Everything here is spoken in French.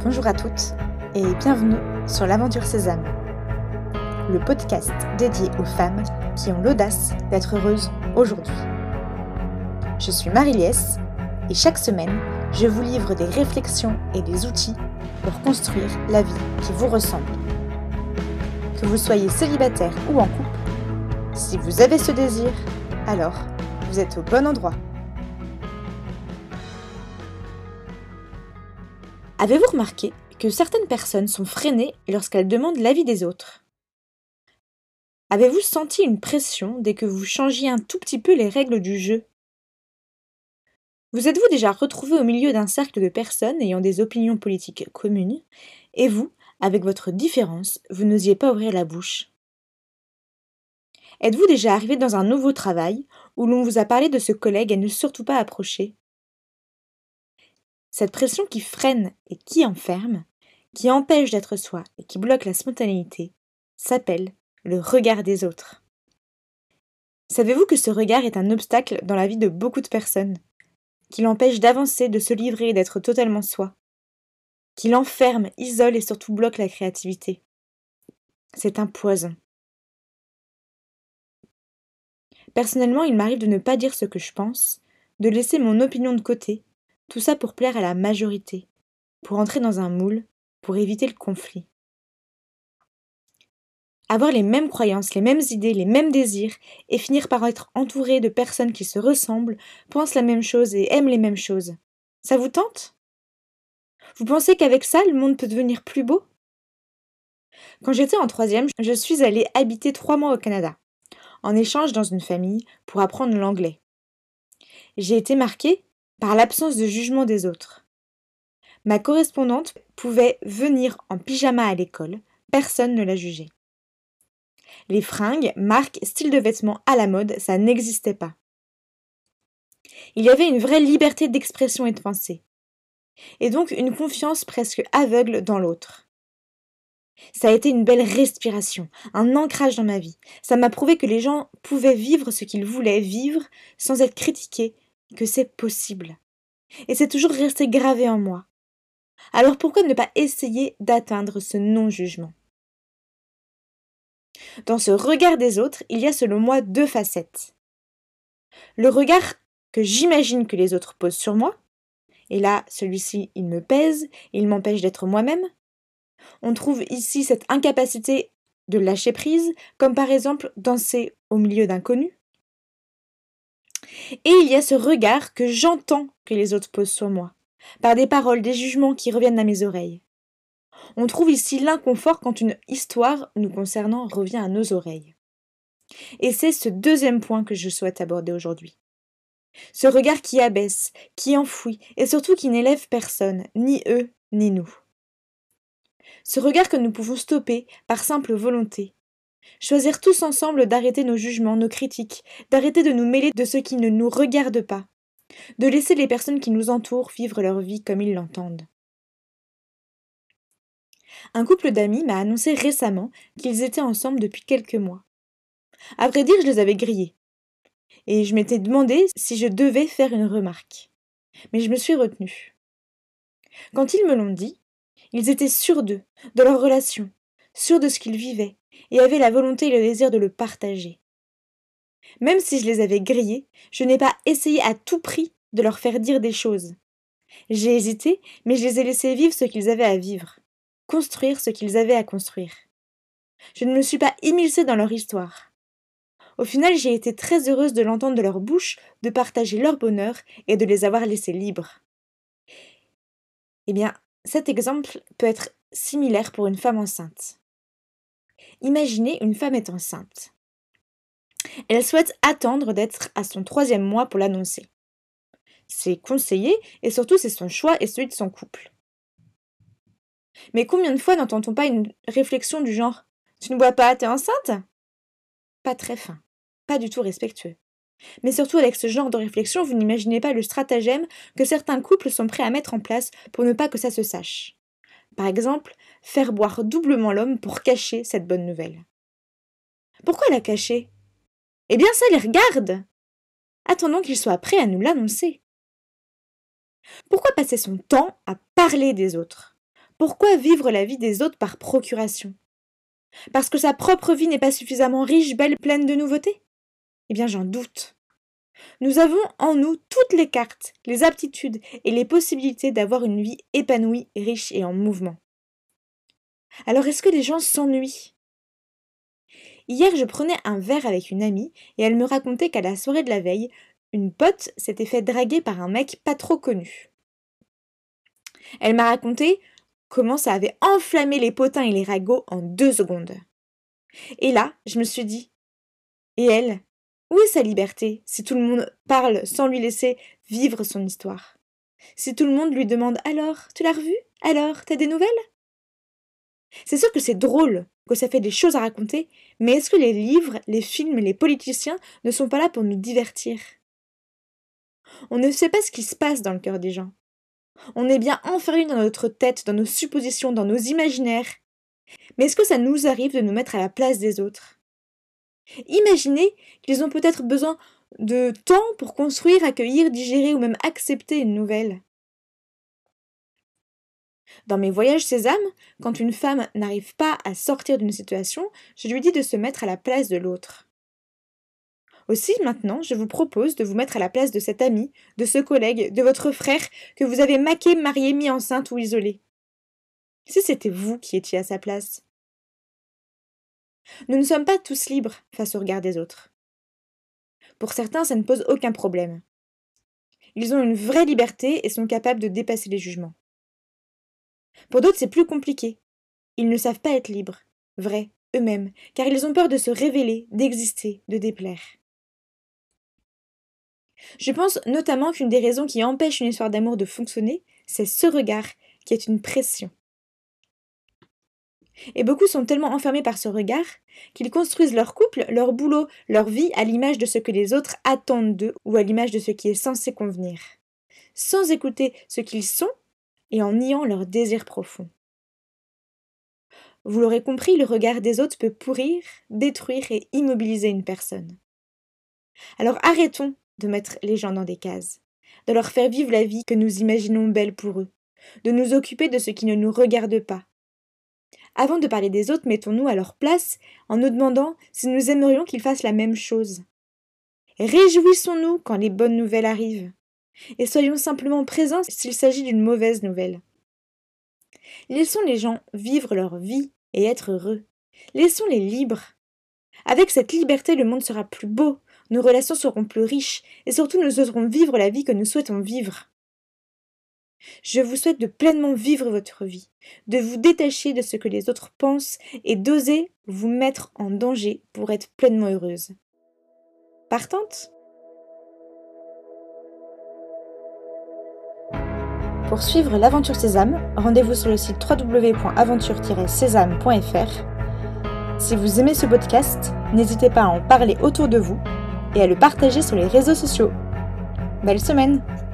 Bonjour à toutes et bienvenue sur l'Aventure Sésame, le podcast dédié aux femmes qui ont l'audace d'être heureuses aujourd'hui. Je suis Marie-Liesse et chaque semaine, je vous livre des réflexions et des outils pour construire la vie qui vous ressemble. Que vous soyez célibataire ou en couple, si vous avez ce désir, alors vous êtes au bon endroit. Avez-vous remarqué que certaines personnes sont freinées lorsqu'elles demandent l'avis des autres ? Avez-vous senti une pression dès que vous changiez un tout petit peu les règles du jeu ? Vous êtes-vous déjà retrouvé au milieu d'un cercle de personnes ayant des opinions politiques communes, et vous, avec votre différence, vous n'osiez pas ouvrir la bouche ? Êtes-vous déjà arrivé dans un nouveau travail où l'on vous a parlé de ce collègue à ne surtout pas approcher ? Cette pression qui freine et qui enferme, qui empêche d'être soi et qui bloque la spontanéité, s'appelle le regard des autres. Savez-vous que ce regard est un obstacle dans la vie de beaucoup de personnes, qui l'empêche d'avancer, de se livrer et d'être totalement soi, qui l'enferme, isole et surtout bloque la créativité. C'est un poison. Personnellement, il m'arrive de ne pas dire ce que je pense, de laisser mon opinion de côté, tout ça pour plaire à la majorité, pour entrer dans un moule, pour éviter le conflit. Avoir les mêmes croyances, les mêmes idées, les mêmes désirs, et finir par être entouré de personnes qui se ressemblent, pensent la même chose et aiment les mêmes choses. Ça vous tente ? Vous pensez qu'avec ça, le monde peut devenir plus beau ? Quand j'étais en 3e, je suis allée habiter 3 mois au Canada, en échange dans une famille pour apprendre l'anglais. J'ai été marquée par l'absence de jugement des autres. Ma correspondante pouvait venir en pyjama à l'école, personne ne la jugeait. Les fringues, marques, styles de vêtements à la mode, ça n'existait pas. Il y avait une vraie liberté d'expression et de pensée, et donc une confiance presque aveugle dans l'autre. Ça a été une belle respiration, un ancrage dans ma vie. Ça m'a prouvé que les gens pouvaient vivre ce qu'ils voulaient vivre sans être critiqués, que c'est possible. Et c'est toujours resté gravé en moi. Alors pourquoi ne pas essayer d'atteindre ce non-jugement ? Dans ce regard des autres, il y a selon moi 2 facettes. Le regard que j'imagine que les autres posent sur moi, et là, celui-ci, il me pèse, il m'empêche d'être moi-même. On trouve ici cette incapacité de lâcher prise, comme par exemple danser au milieu d'inconnus. Et il y a ce regard que j'entends que les autres posent sur moi, par des paroles, des jugements qui reviennent à mes oreilles. On trouve ici l'inconfort quand une histoire nous concernant revient à nos oreilles. Et c'est ce 2e point que je souhaite aborder aujourd'hui. Ce regard qui abaisse, qui enfouit, et surtout qui n'élève personne, ni eux, ni nous. Ce regard que nous pouvons stopper par simple volonté. Choisir tous ensemble d'arrêter nos jugements, nos critiques, d'arrêter de nous mêler de ce qui ne nous regarde pas, de laisser les personnes qui nous entourent vivre leur vie comme ils l'entendent. Un couple d'amis m'a annoncé récemment qu'ils étaient ensemble depuis quelques mois. À vrai dire, je les avais grillés. Et je m'étais demandé si je devais faire une remarque. Mais je me suis retenue. Quand ils me l'ont dit, ils étaient sûrs d'eux, de leur relation, sûrs de ce qu'ils vivaient, et avaient la volonté et le désir de le partager. Même si je les avais grillés, je n'ai pas essayé à tout prix de leur faire dire des choses. J'ai hésité, mais je les ai laissés vivre ce qu'ils avaient à vivre, construire ce qu'ils avaient à construire. Je ne me suis pas immiscée dans leur histoire. Au final, j'ai été très heureuse de l'entendre de leur bouche, de partager leur bonheur et de les avoir laissés libres. Eh bien, cet exemple peut être similaire pour une femme enceinte. Imaginez, une femme est enceinte. Elle souhaite attendre d'être à son 3e mois pour l'annoncer. C'est conseillé et surtout c'est son choix et celui de son couple. Mais combien de fois n'entend-on pas une réflexion du genre « Tu ne bois pas, t'es enceinte ?» Pas très fin. Pas du tout respectueux. Mais surtout avec ce genre de réflexion, vous n'imaginez pas le stratagème que certains couples sont prêts à mettre en place pour ne pas que ça se sache. Par exemple, faire boire doublement l'homme pour cacher cette bonne nouvelle. Pourquoi la cacher ? Eh bien ça les regarde ! Attendons qu'il soit prêt à nous l'annoncer. Pourquoi passer son temps à parler des autres ? Pourquoi vivre la vie des autres par procuration? Parce que sa propre vie n'est pas suffisamment riche, belle, pleine de nouveautés? Eh bien, j'en doute. Nous avons en nous toutes les cartes, les aptitudes et les possibilités d'avoir une vie épanouie, riche et en mouvement. Alors est-ce que les gens s'ennuient? Hier, je prenais un verre avec une amie et elle me racontait qu'à la soirée de la veille, une pote s'était fait draguer par un mec pas trop connu. Elle m'a raconté comment ça avait enflammé les potins et les ragots en 2 secondes. Et là, je me suis dit, et elle, où est sa liberté si tout le monde parle sans lui laisser vivre son histoire? Si tout le monde lui demande « Alors, tu l'as revu? Alors, t'as des nouvelles ?» C'est sûr que c'est drôle, que ça fait des choses à raconter, mais est-ce que les livres, les films, les politiciens ne sont pas là pour nous divertir? On ne sait pas ce qui se passe dans le cœur des gens. On est bien enfermé dans notre tête, dans nos suppositions, dans nos imaginaires. Mais est-ce que ça nous arrive de nous mettre à la place des autres? Imaginez qu'ils ont peut-être besoin de temps pour construire, accueillir, digérer ou même accepter une nouvelle. Dans mes voyages Sésame, quand une femme n'arrive pas à sortir d'une situation, je lui dis de se mettre à la place de l'autre. Aussi, maintenant, je vous propose de vous mettre à la place de cet ami, de ce collègue, de votre frère que vous avez maqué, marié, mis enceinte ou isolé. Si c'était vous qui étiez à sa place. Nous ne sommes pas tous libres face au regard des autres. Pour certains, ça ne pose aucun problème. Ils ont une vraie liberté et sont capables de dépasser les jugements. Pour d'autres, c'est plus compliqué. Ils ne savent pas être libres, vrais, eux-mêmes, car ils ont peur de se révéler, d'exister, de déplaire. Je pense notamment qu'une des raisons qui empêche une histoire d'amour de fonctionner, c'est ce regard qui est une pression. Et beaucoup sont tellement enfermés par ce regard qu'ils construisent leur couple, leur boulot, leur vie à l'image de ce que les autres attendent d'eux ou à l'image de ce qui est censé convenir, sans écouter ce qu'ils sont et en niant leurs désirs profonds. Vous l'aurez compris, le regard des autres peut pourrir, détruire et immobiliser une personne. Alors arrêtons de mettre les gens dans des cases, de leur faire vivre la vie que nous imaginons belle pour eux, de nous occuper de ce qui ne nous regarde pas. Avant de parler des autres, mettons-nous à leur place en nous demandant si nous aimerions qu'ils fassent la même chose. Réjouissons-nous quand les bonnes nouvelles arrivent, et soyons simplement présents s'il s'agit d'une mauvaise nouvelle. Laissons les gens vivre leur vie et être heureux. Laissons-les libres. Avec cette liberté, le monde sera plus beau, nos relations seront plus riches, et surtout nous oserons vivre la vie que nous souhaitons vivre. Je vous souhaite de pleinement vivre votre vie, de vous détacher de ce que les autres pensent et d'oser vous mettre en danger pour être pleinement heureuse. Partante ? Pour suivre l'aventure Sésame, rendez-vous sur le site www.aventure-sésame.fr. Si vous aimez ce podcast, n'hésitez pas à en parler autour de vous et à le partager sur les réseaux sociaux. Belle semaine!